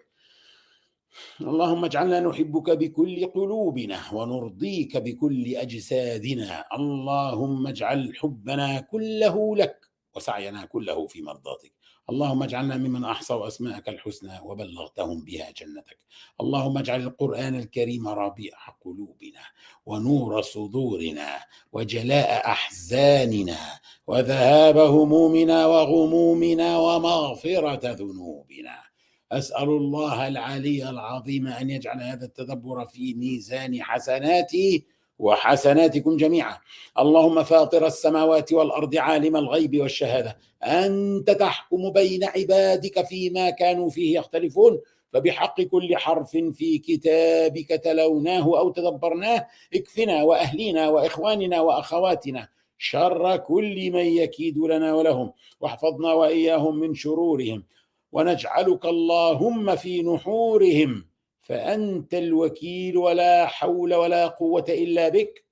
اللهم اجعلنا نحبك بكل قلوبنا ونرضيك بكل أجسادنا. اللهم اجعل حبنا كله لك وسعينا كله في مرضاتك. اللهم اجعلنا ممن أحصوا أسماءك الحسنى وبلغتهم بها جنتك. اللهم اجعل القرآن الكريم ربيع قلوبنا ونور صدورنا وجلاء أحزاننا وذهاب همومنا وغمومنا ومغفرة ذنوبنا. أسأل الله العلي العظيم أن يجعل هذا التدبر في ميزان حسناتي وحسناتكم جميعا. اللهم فاطر السماوات والأرض، عالم الغيب والشهادة، أنت تحكم بين عبادك فيما كانوا فيه يختلفون، فبحق كل حرف في كتابك تلوناه أو تدبرناه اكفنا وأهلنا وإخواننا وأخواتنا شر كل من يكيد لنا ولهم، واحفظنا وإياهم من شرورهم، ونجعلك اللهم في نحورهم، فأنت الوكيل ولا حول ولا قوة إلا بك.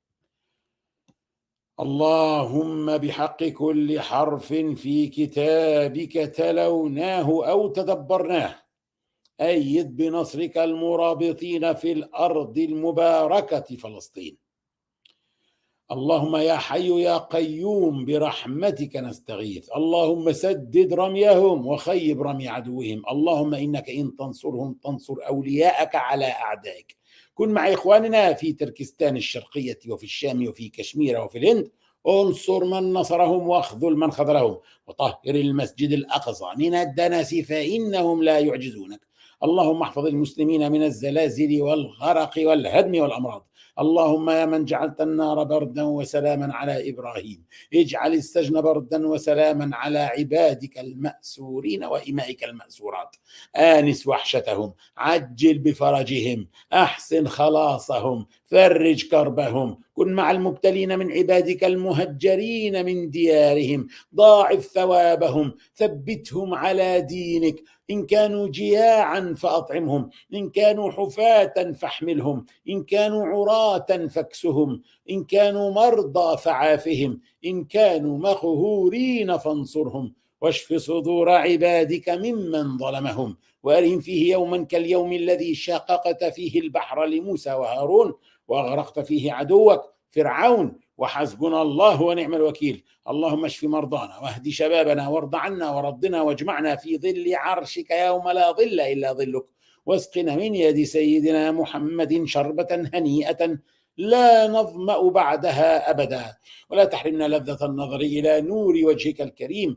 اللهم بحق كل حرف في كتابك تلوناه أو تدبرناه أيد بنصرك المرابطين في الأرض المباركة فلسطين. اللهم يا حي يا قيوم برحمتك نستغيث. اللهم سدد رميهم وخيب رمي عدوهم. اللهم إنك إن تنصرهم تنصر أولياءك على أعدائك. كن مع إخواننا في تركستان الشرقية وفي الشام وفي كشمير وفي الهند. انصر من نصرهم واخذل من خذلهم، وطهر المسجد الأقصى من الدنس فإنهم لا يعجزونك. اللهم احفظ المسلمين من الزلازل والغرق والهدم والأمراض. اللهم يا من جعلت النار بردا وسلاما على إبراهيم، اجعل السجن بردا وسلاما على عبادك المأسورين وإمائك المأسورات. آنس وحشتهم، عجل بفرجهم، أحسن خلاصهم، فرج كربهم. كن مع المبتلين من عبادك المهجرين من ديارهم، ضاعف ثوابهم، ثبتهم على دينك. إن كانوا جياعا فأطعمهم، إن كانوا حفاة فاحملهم، إن كانوا عراة فاكسهم، إن كانوا مرضى فعافهم، إن كانوا مقهورين فانصرهم. واشف صدور عبادك ممن ظلمهم، وأرهم فيه يوما كاليوم الذي شققت فيه البحر لموسى وهارون وأغرقت فيه عدوك فرعون، وحسبنا الله ونعم الوكيل. اللهم اشف مرضانا واهد شبابنا وارض عنا ورضنا، واجمعنا في ظل عرشك يوم لا ظل إلا ظلك. واسقنا من يد سيدنا محمد شربة هنيئة لا نظمأ بعدها أبدا، ولا تحرمنا لذة النظر إلى نور وجهك الكريم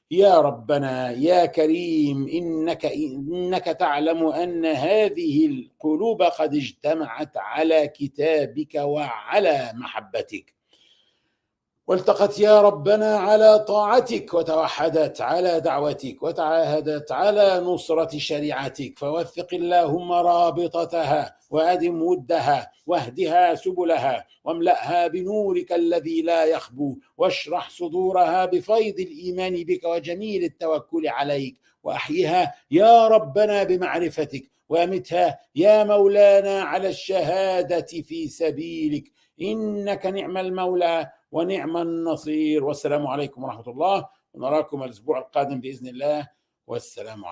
يا ربنا يا كريم، إنك تعلم أن هذه القلوب قد اجتمعت على كتابك وعلى محبتك، والتقت يا ربنا على طاعتك، وتوحدت على دعوتك، وتعاهدت على نصرة شريعتك، فوثق اللهم رابطتها، وأدم ودها، واهدها سبلها، واملأها بنورك الذي لا يخبو، واشرح صدورها بفيض الإيمان بك وجميل التوكل عليك، وأحيها يا ربنا بمعرفتك، وأمتها يا مولانا على الشهادة في سبيلك، إنك نعم المولى ونعم النصير. والسلام عليكم ورحمة الله، ونراكم الأسبوع القادم بإذن الله، والسلام عليكم.